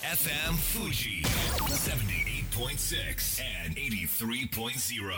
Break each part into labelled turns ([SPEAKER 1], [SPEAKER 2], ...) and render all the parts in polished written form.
[SPEAKER 1] FM Fuji 78.6 and 83.0.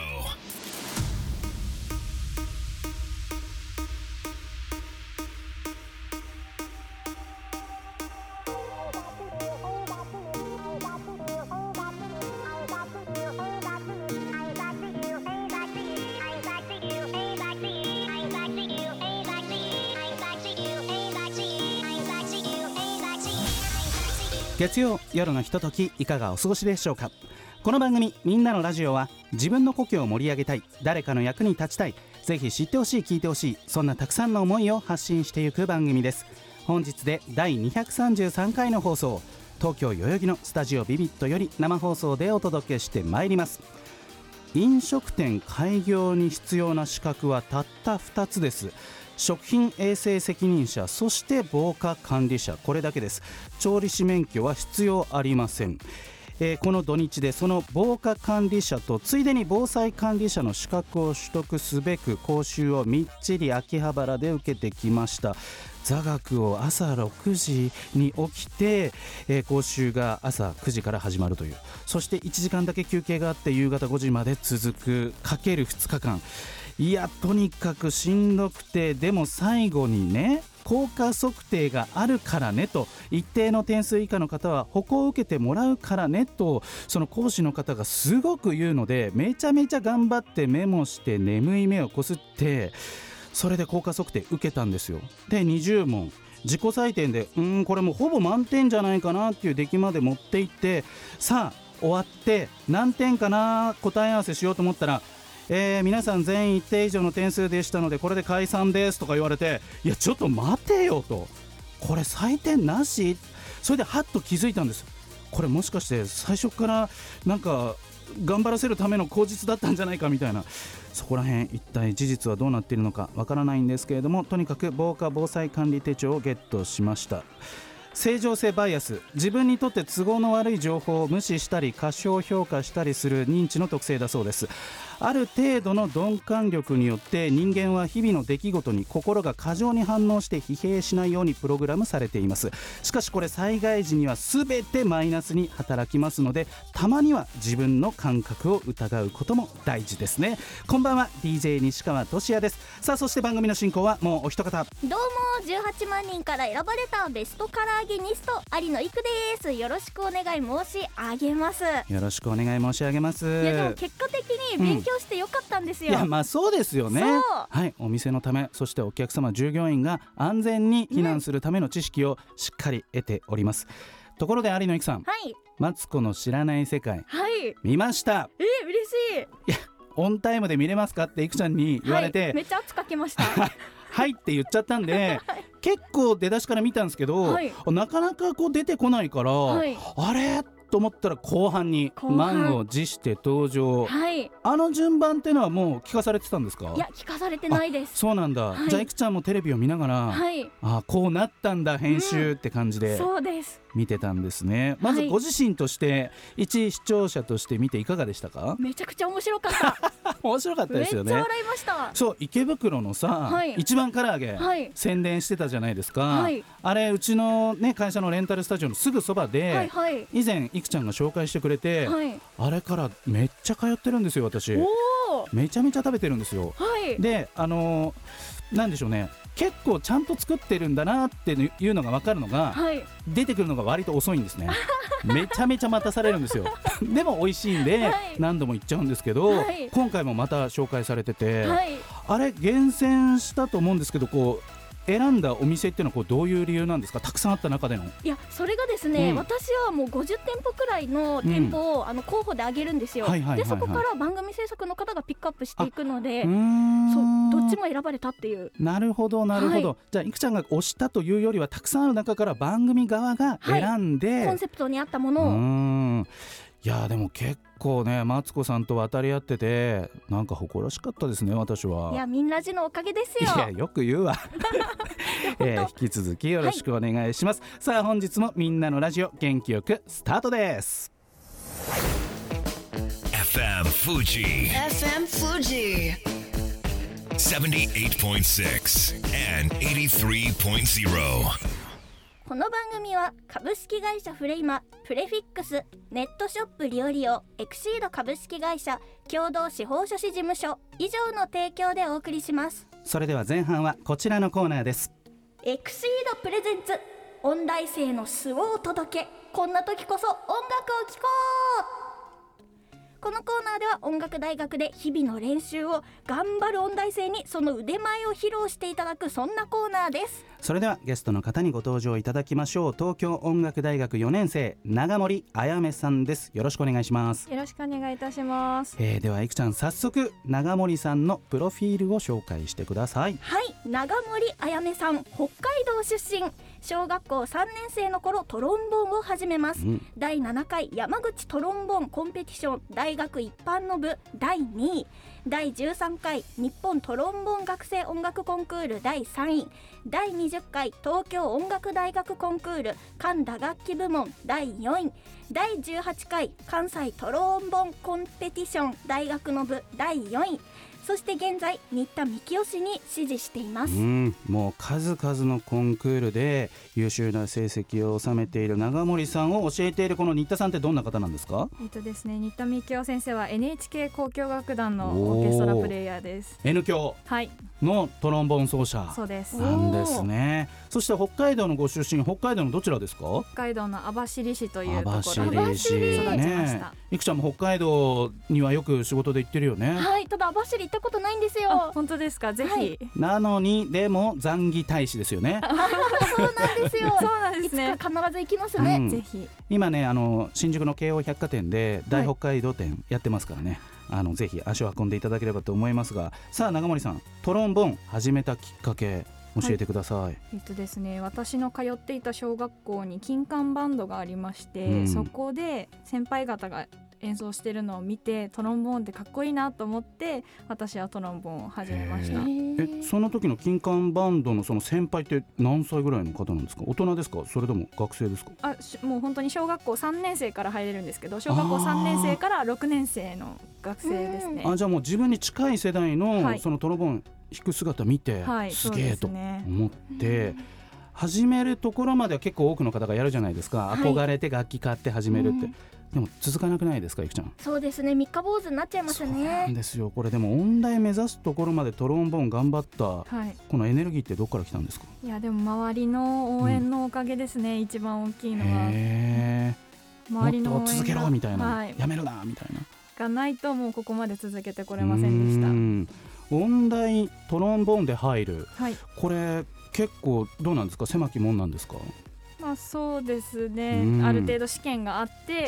[SPEAKER 2] 月曜夜のひとときいかがお過ごしでしょうか。この番組みんなのラジオは自分の故郷を盛り上げたい、誰かの役に立ちたい、ぜひ知ってほしい聞いてほしい、そんなたくさんの思いを発信していく番組です。本日で第233回の放送、東京代々木のスタジオビビットより生放送でお届けしてまいります。飲食店開業に必要な資格はたった2つです。食品衛生責任者、そして防火管理者、これだけです。調理師免許は必要ありません。この土日でその防火管理者とついでに防災管理者の資格を取得すべく講習をみっちり秋葉原で受けてきました。座学を朝6時に起きて、講習が朝9時から始まるという、そして1時間だけ休憩があって夕方5時まで続くかける2日間、いやとにかくしんどくて、でも最後にね、効果測定があるからねと、一定の点数以下の方は歩行を受けてもらうからねと、その講師の方がすごく言うので、めちゃめちゃ頑張ってメモして眠い目をこすって、それで効果測定受けたんですよ。で20問自己採点でこれもうほぼ満点じゃないかなっていう出来まで持っていって、さあ終わって何点かな答え合わせしようと思ったら、皆さん全員一定以上の点数でしたのでこれで解散ですとか言われて、いやちょっと待てよと、これ採点なし。それでハッと気づいたんです。これもしかして最初からなんか頑張らせるための口実だったんじゃないかみたいな、そこら辺一体事実はどうなっているのかわからないんですけれども、とにかく防火防災管理手帳をゲットしました。正常性バイアス、自分にとって都合の悪い情報を無視したり過小評価したりする認知の特性だそうです。ある程度の鈍感力によって人間は日々の出来事に心が過剰に反応して疲弊しないようにプログラムされています。しかしこれ災害時には全てマイナスに働きますので、たまには自分の感覚を疑うことも大事ですね。こんばんは、 DJ 西川俊也です。さあそして番組の進行はもうお一方、
[SPEAKER 3] どうも18万人から選ばれたベストカラーゲニスト有野育です。よろしくお願い申し上げます。
[SPEAKER 2] よろしくお願い申し上げます。
[SPEAKER 3] いやでも結果的に勉強してよかったんですよ。
[SPEAKER 2] いやまあそうですよね。はい、お店のため、そしてお客様従業員が安全に避難するための知識をしっかり得ております。ところで有野育さん、
[SPEAKER 3] はい、マ
[SPEAKER 2] ツコの知らない世界、
[SPEAKER 3] はい、
[SPEAKER 2] 見ました。
[SPEAKER 3] 嬉しい。
[SPEAKER 2] いやオンタイムで見れますかっていくちゃんに言われて、
[SPEAKER 3] はい、めっちゃ圧かけました
[SPEAKER 2] はいって言っちゃったんで、はい、結構出だしから見たんですけど、はい、なかなかこう出てこないから、はい、あれと思ったら後半に満を持して登場、はい、あの順番っていうのはもう聞かされてたんですか？
[SPEAKER 3] いや聞かされてないです。
[SPEAKER 2] そうなんだ、はい、じゃあいくちゃんもテレビを見ながら、はい、こうなったんだ編集って感じで、
[SPEAKER 3] そうです
[SPEAKER 2] 見てたんですね。まずご自身として、はい、一視聴者として見ていかがでしたか？
[SPEAKER 3] めちゃくちゃ面白かった
[SPEAKER 2] 面白かったですよね。
[SPEAKER 3] めっちゃ笑いました。
[SPEAKER 2] そう、池袋のさ、はい、一番唐揚げ、はい、宣伝してたじゃないですか、はい、あれうちの、ね、会社のレンタルスタジオのすぐそばで、はいはい、以前いくちゃんが紹介してくれて、はい、あれからめっちゃ通ってるんですよ私。めちゃめちゃ食べてるんですよ、はい、でなんでしょうね、結構ちゃんと作ってるんだなっていうのが分かるのが、はい、出てくるのが割と遅いんですねめちゃめちゃ待たされるんですよでも美味しいんで、はい、何度も行っちゃうんですけど、はい、今回もまた紹介されてて、はい、あれ厳選したと思うんですけど、こう選んだお店っていうのはこうどういう理由なんですか？たくさんあった中での。
[SPEAKER 3] いやそれがですね、私はもう50店舗くらいの店舗を、候補であげるんですよ、でそこから番組制作の方がピックアップしていくので、そうどっちも選ばれたっていう。なるほどなるほど、はい、
[SPEAKER 2] じゃあいくちゃんが推したというよりはたくさんある中から番組側が選んで、
[SPEAKER 3] はい、コンセプトに合ったものを。
[SPEAKER 2] いやでも結構ね、マツコさんと渡り合っててなんか誇らしかったですね私は。
[SPEAKER 3] いやみんなじのおかげですよ。
[SPEAKER 2] いやよく言うわ引き続きよろしくお願いします、はい、さあ本日もみんなのラジオ元気よくスタートです。
[SPEAKER 1] FM Fuji
[SPEAKER 4] FM Fuji
[SPEAKER 1] 78.6 and 83.0。
[SPEAKER 3] この番組は株式会社フレイマ、プレフィックス、ネットショップリオリオ、エクシード株式会社、共同司法書士事務所以上の提供でお送りします。
[SPEAKER 2] それでは前半はこちらのコーナーです。
[SPEAKER 3] エクシードプレゼンツ、音大生の素をお届け、こんな時こそ音楽を聴こう。このコーナーでは音楽大学で日々の練習を頑張る音大生にその腕前を披露していただく、そんなコーナーです。
[SPEAKER 2] それではゲストの方にご登場いただきましょう。東京音楽大学4年生長森あやめさんです。よろしくお願いします。
[SPEAKER 4] よろしくお願いいたします。
[SPEAKER 2] ではいくちゃん、早速長森さんのプロフィールを紹介してください。
[SPEAKER 3] はい、長森あやめさん、北海道出身。小学校3年生の頃トロンボンを始めます、第7回山口トロンボンコンペティション大学一般の部第2位、第13回日本トロンボン学生音楽コンクール第3位、第20回東京音楽大学コンクール管打楽器部門第4位、第18回関西トロンボンコンペティション大学の部第4位、そして現在新田幹雄氏に師事しています。
[SPEAKER 2] もう数々のコンクールで優秀な成績を収めている長森さんを教えているこの新田さんってどんな方なんですか？
[SPEAKER 4] ですね、新田幹雄先生は NHK 交響楽団のオーケストラプレイヤーです。
[SPEAKER 2] N 響のトロンボーン奏者
[SPEAKER 4] そうです
[SPEAKER 2] なんですね。そして北海道のご出身、北海道のどちらですか？
[SPEAKER 4] 北海道の網走市というところで
[SPEAKER 2] 育ちま
[SPEAKER 4] した。
[SPEAKER 2] いくちゃんも北海道にはよく仕事で行ってるよね。
[SPEAKER 3] はい、ただ網走行ったことないんですよ。
[SPEAKER 4] 本当ですか？ぜひ、はい、
[SPEAKER 2] なのにでも残儀大使ですよね。
[SPEAKER 3] そうなんですよ。
[SPEAKER 4] そうなんですね。
[SPEAKER 3] いつか必ず行きますね、
[SPEAKER 4] ぜひ。
[SPEAKER 2] 今ね、新宿の京王百貨店で大北海道店やってますからね、ぜひ足を運んでいただければと思いますが、さあ長森さん、トロンボン始めたきっかけ教えてください。
[SPEAKER 4] ですね、私の通っていた小学校に金管バンドがありまして、そこで先輩方が演奏してるのを見て、トロンボーンってかっこいいなと思って私はトロンボーンを始めました。
[SPEAKER 2] その時の金管バンドのその先輩って何歳ぐらいの方なんですか？大人ですか？それとも学生ですか？
[SPEAKER 4] もう本当に小学校3年生から入れるんですけど、小学校3年生から6年生の学生ですね。
[SPEAKER 2] じゃあもう自分に近い世代のそのトロンボーン弾く姿見て、すげえと思って始めるところまでは結構多くの方がやるじゃないですか、憧れて楽器買って始めるって、でも続かなくないですか、いくちゃん？
[SPEAKER 3] そうですね、三日坊主になっちゃいますね。
[SPEAKER 2] そうなんですよ。これでも音大目指すところまでトロンボーン頑張った、このエネルギーってどこから来たんですか？
[SPEAKER 4] いやでも周りの応援のおかげですね、一番大きいのは。
[SPEAKER 2] 周りのもっと続けろみたいな、やめるなみたいな
[SPEAKER 4] がないともうここまで続けてこれませんでした。
[SPEAKER 2] 音大トロンボーンで入る、これ結構どうなんですか？狭き門なんですか？
[SPEAKER 4] そうですね、ある程度試験があって、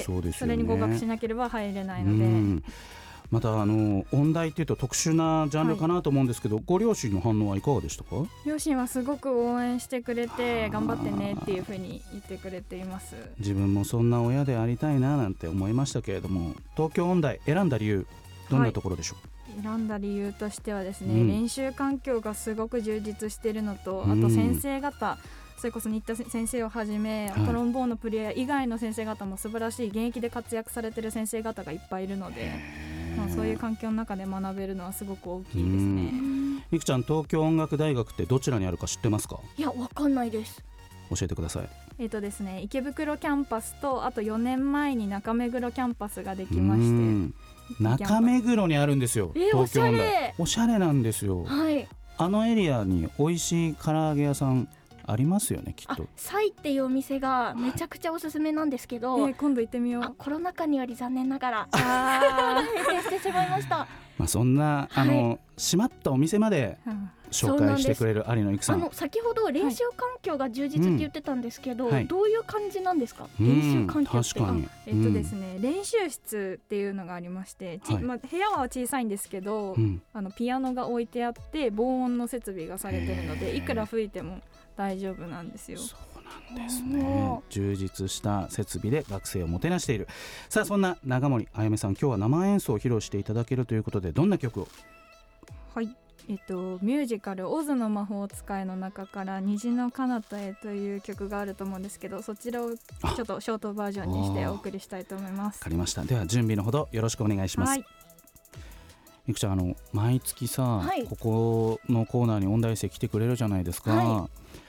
[SPEAKER 4] それに合格しなければ入れないので。
[SPEAKER 2] また音大っていうと特殊なジャンルかなと思うんですけど、ご両親の反応はいかがでしたか？
[SPEAKER 4] 両親はすごく応援してくれて、頑張ってねっていうふうに言ってくれています。
[SPEAKER 2] 自分もそんな親でありたいななんて思いましたけれども、東京音大選んだ理由どんなところでしょう？
[SPEAKER 4] 選んだ理由としてはですね、練習環境がすごく充実しているのと、あと先生方、それこそ新田先生をはじめ、トロンボーンのプレイヤー以外の先生方も素晴らしい現役で活躍されている先生方がいっぱいいるので、そういう環境の中で学べるのはすごく大きいですね。
[SPEAKER 2] いくちゃん、東京音楽大学ってどちらにあるか知ってますか？
[SPEAKER 3] いや、わかんないです。
[SPEAKER 2] 教えてください。
[SPEAKER 4] ですね、池袋キャンパスと、あと4年前に中目黒キャンパスができまして、
[SPEAKER 2] 中目黒にあるんですよ、東京音大。おしゃれなんですよ、あのエリアに美味しい唐揚げ屋さんありますよね、きっと。サイっていうお店がめちゃくちゃおすすめなんですけど、
[SPEAKER 4] 今度行ってみよう。
[SPEAKER 3] コロナ禍により残念ながら閉店してしまいました。
[SPEAKER 2] そんな閉まったお店まで紹介してくれる有野いくさん。
[SPEAKER 3] 先ほど練習環境が充実って言ってたんですけど、どういう感じなんですか？練習環境って。
[SPEAKER 2] 確かに
[SPEAKER 4] ですね、練習室っていうのがありまして、部屋は小さいんですけど、ピアノが置いてあって防音の設備がされてるので、いくら吹いても大丈夫なんですよ。
[SPEAKER 2] そうなんですね。充実した設備で学生をもてなしている。さあ、そんな長森あやめさん、今日は生演奏を披露していただけるということで、どんな曲を？
[SPEAKER 4] ミュージカルオズの魔法使いの中から虹の彼方へという曲があると思うんですけど、そちらをちょっとショートバージョンにしてお送りしたいと思います。
[SPEAKER 2] わかりました。では準備のほどよろしくお願いします。いくちゃん、毎月さ、ここのコーナーに音大生来てくれるじゃないですか。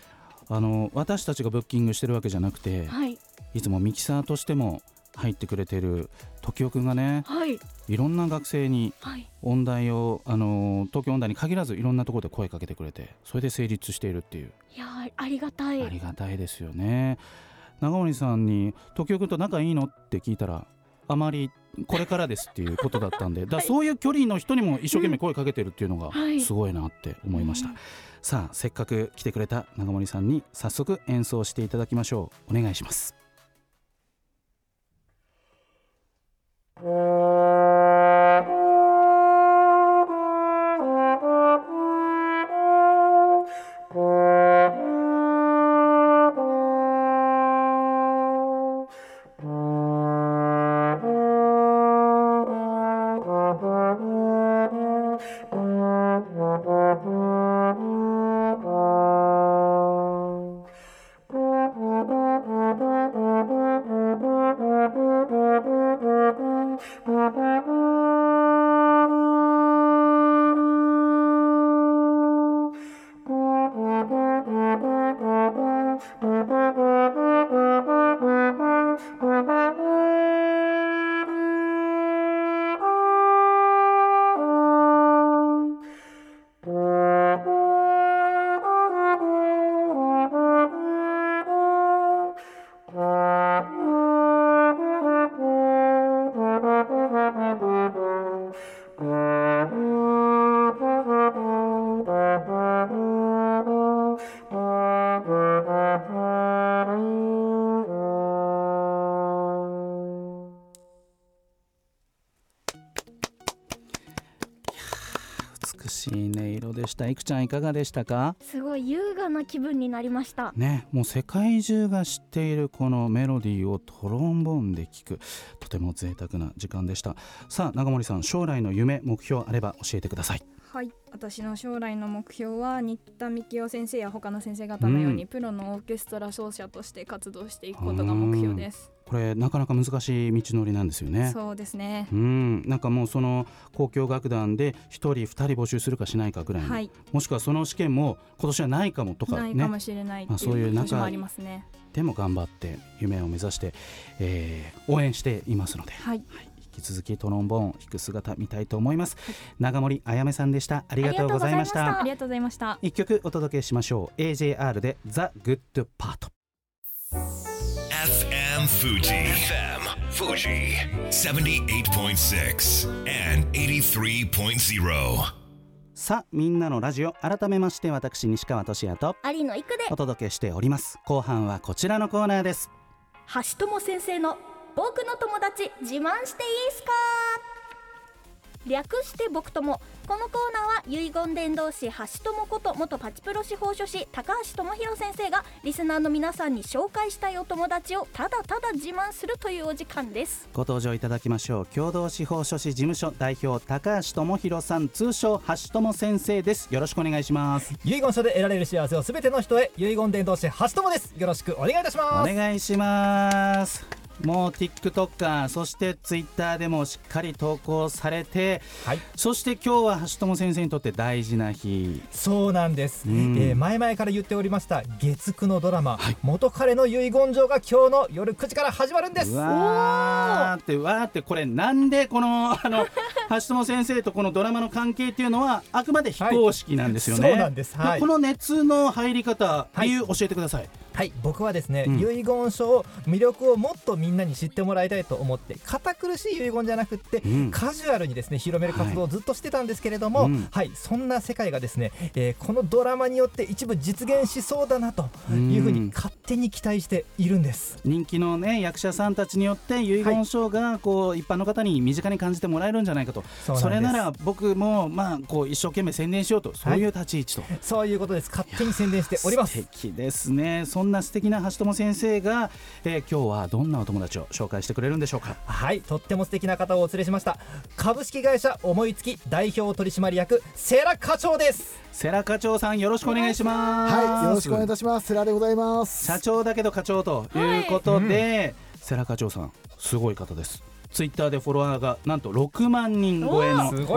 [SPEAKER 2] 私たちがブッキングしてるわけじゃなくて、はい、いつもミキサーとしても入ってくれてる時生くんがね、はい、いろんな学生に音大を、東京音大に限らずいろんなところで声かけてくれて、それで成立しているっていう。
[SPEAKER 3] いやありがたい、
[SPEAKER 2] ありがたいですよね。長森さんに時生くんと仲いいのって聞いたら、あまりこれからですっていうことだったんでだそういう距離の人にも一生懸命声かけてるっていうのがすごいなって思いました、さあせっかく来てくれた長森さんに早速演奏していただきましょう。お願いします。美しい音色でした。いくちゃんいかがでしたか？
[SPEAKER 3] すごい優雅な気分になりました
[SPEAKER 2] ね。もう世界中が知っているこのメロディーをトロンボーンで聴く、とても贅沢な時間でした。さあ長森さん、将来の夢目標あれば教えてください。
[SPEAKER 4] はい、私の将来の目標は新田幹夫先生や他の先生方のように、プロのオーケストラ奏者として活動していくことが目標です。
[SPEAKER 2] これなかなか難しい道のりなんですよね。
[SPEAKER 4] そうですね。
[SPEAKER 2] なんかもうその交響楽団で1人2人募集するかしないかぐらいの、はい、もしくはその試験も今年はないかもとかね、
[SPEAKER 4] ないかもしれないっていう年もありますね。
[SPEAKER 2] でも頑張って夢を目指して、応援していますので、はいはい、引き続きトロンボーン弾く姿見たいと思います、はい、長森あやめさんでした。ありがとうございました。
[SPEAKER 4] ありがとうございました。
[SPEAKER 2] 一曲お届けしましょう。 AJR で The Good Part。
[SPEAKER 1] FM Fuji78.6 and 83.0。
[SPEAKER 2] さあみんなのラジオ、改めまして私西川俊也と
[SPEAKER 3] 有野育で
[SPEAKER 2] お届けしております。後半はこちらのコーナーです。
[SPEAKER 3] 橋友先生の僕の友達自慢していいすか、略して僕友。このコーナーは遺言伝道師橋友こと元パチプロ司法書士高橋智博先生がリスナーの皆さんに紹介したいお友達をただただ自慢するというお時間です。
[SPEAKER 2] ご登場いただきましょう。共同司法書士事務所代表高橋智博さん、通称橋友先生です。よろしくお願いします。
[SPEAKER 5] 遺言書で得られる幸せをすべての人へ、遺言伝道師橋友です。よろしくお願いいたします。
[SPEAKER 2] お願いします。もう TikToker そして Twitter でもしっかり投稿されて、はい、そして今日は橋友先生にとって大事な日。
[SPEAKER 5] そうなんです、前々から言っておりました月9のドラマ、はい、元彼の遺言状が今日の夜9時から始まるんです。
[SPEAKER 2] わーってこれなんでこの橋友先生とこのドラマの関係っていうのはあくまで非公式なんですよね、はい、
[SPEAKER 5] そうなんです、はい、
[SPEAKER 2] この熱の入り方、理由教えてください。
[SPEAKER 5] はい、僕はですね、遺言書を魅力をもっとみんなに知ってもらいたいと思って、堅苦しい遺言じゃなくって、カジュアルにですね広める活動をずっとしてたんですけれども、はい、そんな世界がですね、このドラマによって一部実現しそうだなというふうに勝手に期待しているんです。
[SPEAKER 2] 人気のね役者さんたちによって遺言書がこう一般の方に身近に感じてもらえるんじゃないかと、それなら僕もこう一生懸命宣伝しようと、そういう立ち位置と、
[SPEAKER 5] そういうことです。勝手に宣伝しております。
[SPEAKER 2] 素敵ですね。そんな素敵な橋友先生が、今日はどんなお友達を紹介してくれるんでしょうか。
[SPEAKER 5] はい、とっても素敵な方をお連れしました。株式会社思いつき代表取締役世良課長です。
[SPEAKER 2] 世良課長さん、よろしくお願いします。
[SPEAKER 6] はい、よろしくお願いいたします。世良でございます。
[SPEAKER 2] 社長だけど課長ということで、世良課長さんすごい方です。ツイッターでフォロワーがなんと6万人超えの
[SPEAKER 5] すごい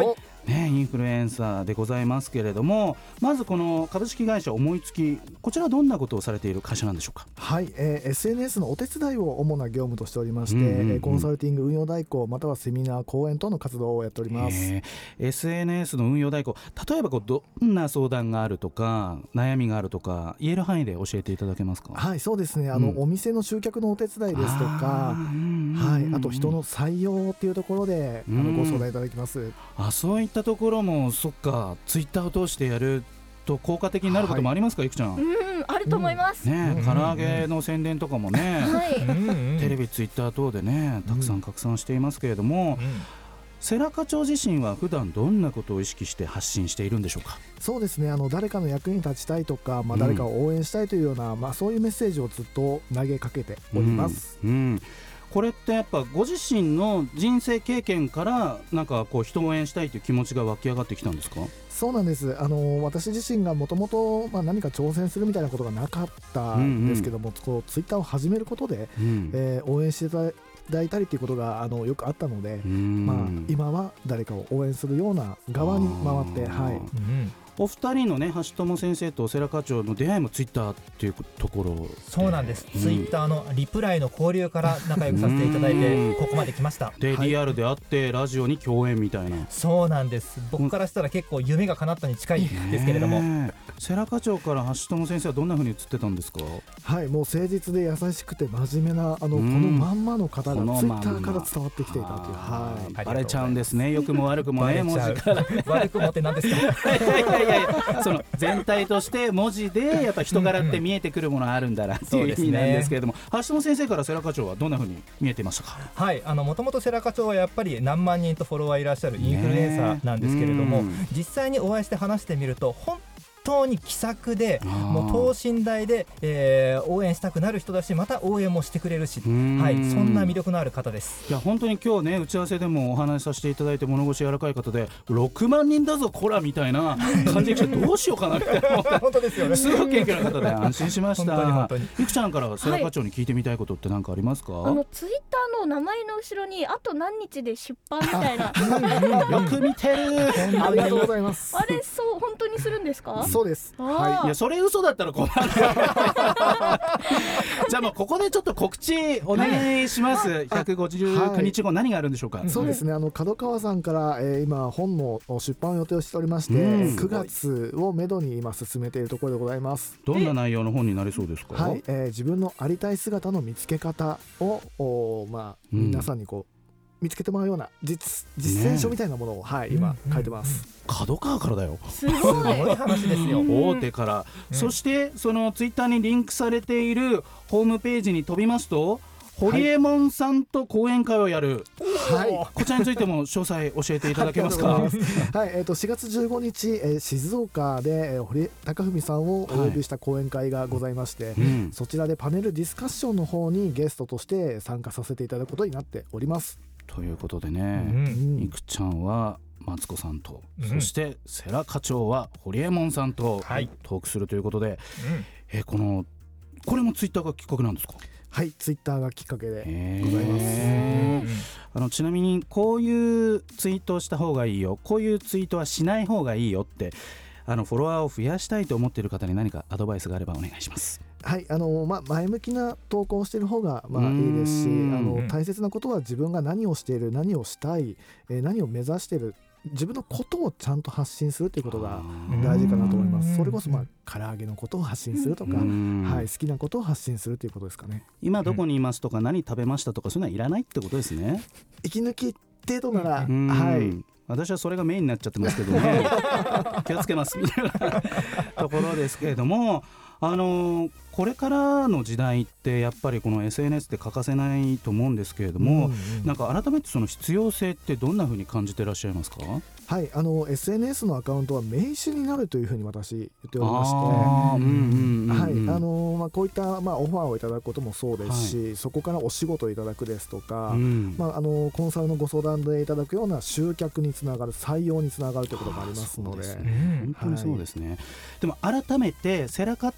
[SPEAKER 2] ね、インフルエンサーでございますけれども、まずこの株式会社思いつき、こちらはどんなことをされている会社なんでしょうか。
[SPEAKER 6] はい、SNS のお手伝いを主な業務としておりまして、コンサルティング運用代行またはセミナー講演等の活動をやっております。
[SPEAKER 2] SNS の運用代行、例えばどんな相談があるとか悩みがあるとか言える範囲で教えていただけますか。
[SPEAKER 6] はい、そうですね、お店の集客のお手伝いですとか、あと人の採用っていうところでご相談いただきます。
[SPEAKER 2] そういったところもそっか、ツイッターを通してやると効果的になることもありますか、いくちゃん。
[SPEAKER 3] あると思います、
[SPEAKER 2] ね、唐揚げの宣伝とかもね、テレビツイッター等でねたくさん拡散していますけれども、世良課長自身は普段どんなことを意識して発信しているんでしょうか。
[SPEAKER 6] そうですね、誰かの役に立ちたいとか、誰かを応援したいというような、そういうメッセージをずっと投げかけております。
[SPEAKER 2] これってやっぱご自身の人生経験からなんかこう人を応援したいという気持ちが湧き上がってきたんですか。
[SPEAKER 6] そうなんです。私自身がもともと何か挑戦するみたいなことがなかったんですけども、こうツイッターを始めることで、応援していただいたりということがよくあったので、今は誰かを応援するような側に回って、
[SPEAKER 2] お二人のね、橋友先生と世良課長の出会いもツイッターっていうところ。
[SPEAKER 5] そうなんです、ツイッターのリプライの交流から仲良くさせていただいてここまで来ました。
[SPEAKER 2] で、リアルであってラジオに共演みたいな。
[SPEAKER 5] そうなんです。僕からしたら結構夢が叶ったに近いですけれども、
[SPEAKER 2] 世良課長から橋友先生はどんな風に映ってたんですか。
[SPEAKER 6] はい、もう誠実で優しくて真面目なこのまんまの方がツイッターから伝わってきていたという、
[SPEAKER 2] バレちゃうんですね、良くも悪くもね、文字から
[SPEAKER 5] 悪くもって何ですか。
[SPEAKER 2] いやその全体として文字でやっぱ人柄って見えてくるものがあるんだなっていう意味なんですけれども、橋友先生から世良課長はどんな風に見えていましたか。
[SPEAKER 5] はい、もともと世良課長はやっぱり何万人とフォロワーいらっしゃるインフルエンサーなんですけれども、実際にお会いして話してみると本当に気さくで、もう等身大で、応援したくなる人だし、また応援もしてくれるし、そんな魅力のある方です。
[SPEAKER 2] いや本当に今日ね、打ち合わせでもお話しさせていただいて物腰柔らかい方で6万人だぞこらみたいな感じでどうしようかなみたいな
[SPEAKER 5] 本当ですよね、
[SPEAKER 2] すごく元気な方で安心しました。
[SPEAKER 5] 本当に
[SPEAKER 2] いくちゃんから世良課長に聞いてみたいことって何かありますか。
[SPEAKER 3] ツイッターの名前の後ろにあと何日で出版みたいな
[SPEAKER 2] よく見てる
[SPEAKER 6] ありがとうございます。
[SPEAKER 3] あれ、そう本当にするんですか。
[SPEAKER 6] そうです。
[SPEAKER 2] いやそれ嘘だったら困るじゃあもうここでちょっと告知お願いします。159日後何があるんでしょうか。
[SPEAKER 6] そうですね、角川さんから、今本の出版を予定をしておりまして、9月をめどに今進めているところでございます。
[SPEAKER 2] どんな内容の本になりそうですか。
[SPEAKER 6] はい、自分のありたい姿の見つけ方を皆さんにこう見つけてもらうような実践書みたいなものを、今書いてます。
[SPEAKER 2] 角川からだよ。
[SPEAKER 3] すごい
[SPEAKER 5] 話ですよ。
[SPEAKER 2] 大手から、そしてそのツイッターにリンクされているホームページに飛びますと、ホリエモンさんと講演会をやる、こちらについても詳細教えていただけますか。
[SPEAKER 6] はい、4月15日、静岡で、堀江貴文さんをお呼びした講演会がございまして、そちらでパネルディスカッションの方にゲストとして参加させていただくことになっております。
[SPEAKER 2] ということでね、いくちゃんはマツコさんと、そして世良課長は堀江門さんとトークするということで、これもツイッターがきっかけなんですか。
[SPEAKER 6] はい、ツイッターがきっかけでございます。
[SPEAKER 2] ちなみにこういうツイートをした方がいいよ、こういうツイートはしない方がいいよってフォロワーを増やしたいと思っている方に何かアドバイスがあればお願いします。
[SPEAKER 6] はい、前向きな投稿をしている方がいいですし、大切なことは自分が何をしている、何をしたい、何を目指している、自分のことをちゃんと発信するということが大事かなと思います。それこそ唐揚げのことを発信するとか、好きなことを発信するということですかね。
[SPEAKER 2] 今どこにいますとか、何食べましたとか、そういうのはいらないってことですね。
[SPEAKER 6] 息抜き程度なら、
[SPEAKER 2] 私はそれがメインになっちゃってますけどね気をつけますみたいなところですけれども、これからの時代ってやっぱりこの SNS って欠かせないと思うんですけれども、なんか改めてその必要性ってどんな風に感じてらっしゃいますか。
[SPEAKER 6] はい、SNS のアカウントは名刺になるというふうに私言っておりまして、こういった、オファーをいただくこともそうですし、そこからお仕事をいただくですとか、コンサルのご相談でいただくような集客につながる、採用につながるということもありますので、
[SPEAKER 2] 本当にそうですね。でも改めて世良課長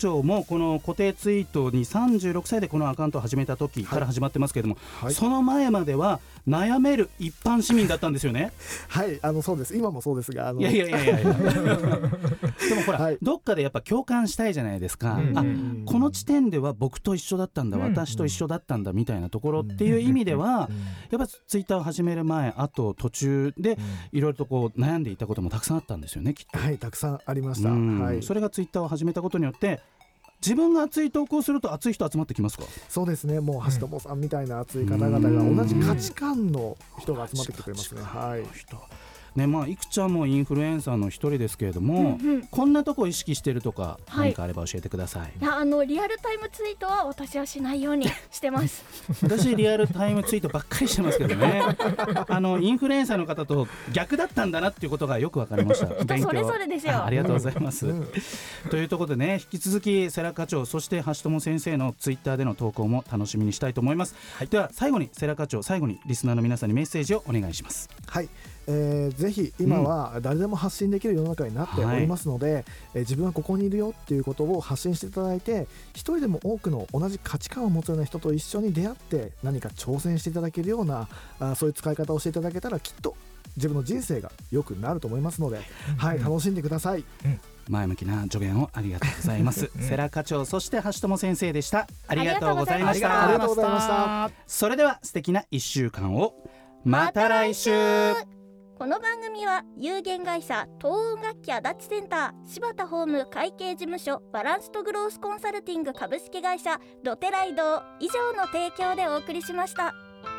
[SPEAKER 2] 長もこの固定ツイートに36歳でこのアカウントを始めた時から始まってますけれども、はい、その前までは悩める一般市民だったんですよね。
[SPEAKER 6] はい、そうです。今もそうですが、
[SPEAKER 2] いやでもほら、はい、どっかでやっぱ共感したいじゃないですか、この地点では僕と一緒だったんだ、私と一緒だったんだみたいなところっていう意味では、やっぱツイッターを始める前あと途中でいろいろとこう悩んでいたこともたくさんあったんですよね、きっと。
[SPEAKER 6] はい、たくさんありました、はい、
[SPEAKER 2] それがツイッターを始めたことによって自分が熱い投稿すると熱い人集まってきますか？
[SPEAKER 6] そうですね、もう橋友さんみたいな熱い方々が同じ価値観の人が集まってきてくれますね。はい
[SPEAKER 2] ね、いくちゃんもインフルエンサーの一人ですけれども、こんなとこ意識してるとか何かあれば教えてください。
[SPEAKER 3] いや、リアルタイムツイートは私はしないようにしてます
[SPEAKER 2] 私リアルタイムツイートばっかりしてますけどねインフルエンサーの方と逆だったんだなっていうことがよく分かりました。
[SPEAKER 3] 人それぞれですよ。
[SPEAKER 2] ありがとうございます、というところでね、引き続き世良課長そして橋友先生のツイッターでの投稿も楽しみにしたいと思います、はい、では最後に世良課長、最後にリスナーの皆さんにメッセージをお願いします。
[SPEAKER 6] はい、ぜひ今は誰でも発信できる世の中になっておりますので、自分はここにいるよっていうことを発信していただいて、一人でも多くの同じ価値観を持つような人と一緒に出会って何か挑戦していただけるようなそういう使い方をしていただけたらきっと自分の人生が良くなると思いますので、はい、楽しんでください。
[SPEAKER 2] 前向きな助言をありがとうございます世良課長そして橋友先生でした。ありがとうございました。
[SPEAKER 6] ありがとうございました。
[SPEAKER 2] それでは素敵な1週間を。また来週。
[SPEAKER 3] この番組は有限会社東音楽器足立センター、柴田ホーム会計事務所、バランスとグロースコンサルティング株式会社、ロテライド以上の提供でお送りしました。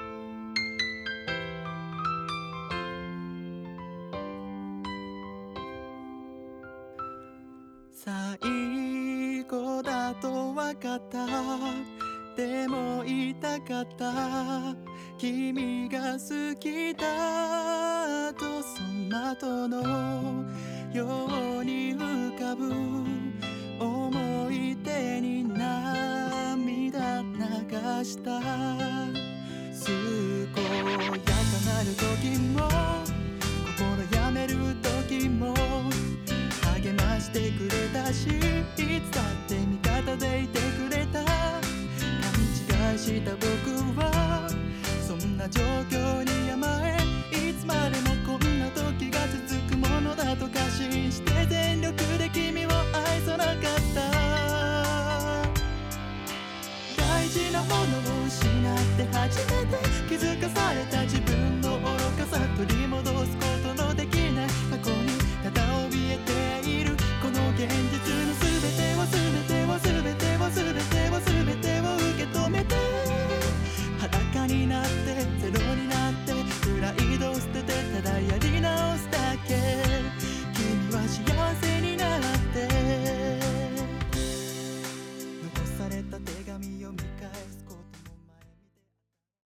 [SPEAKER 7] 最後だと分かった、でも言いたかった、君が好きだとその後のように浮かぶ思い出に涙流した。健やかなる時も心やめる時も励ましてくれたし、いつだって味方でいてくれた。勘違いした僕はそんな状況に甘え、いつまでもこんな時が続くものだと過信して全力で君を愛さなかった。大事なものを失って初めて気づかされた自分の愚かさ、取り戻すことのできない過去にただ怯えているこの現実の全てを全てを全てを全てを全てを受け止めて裸になる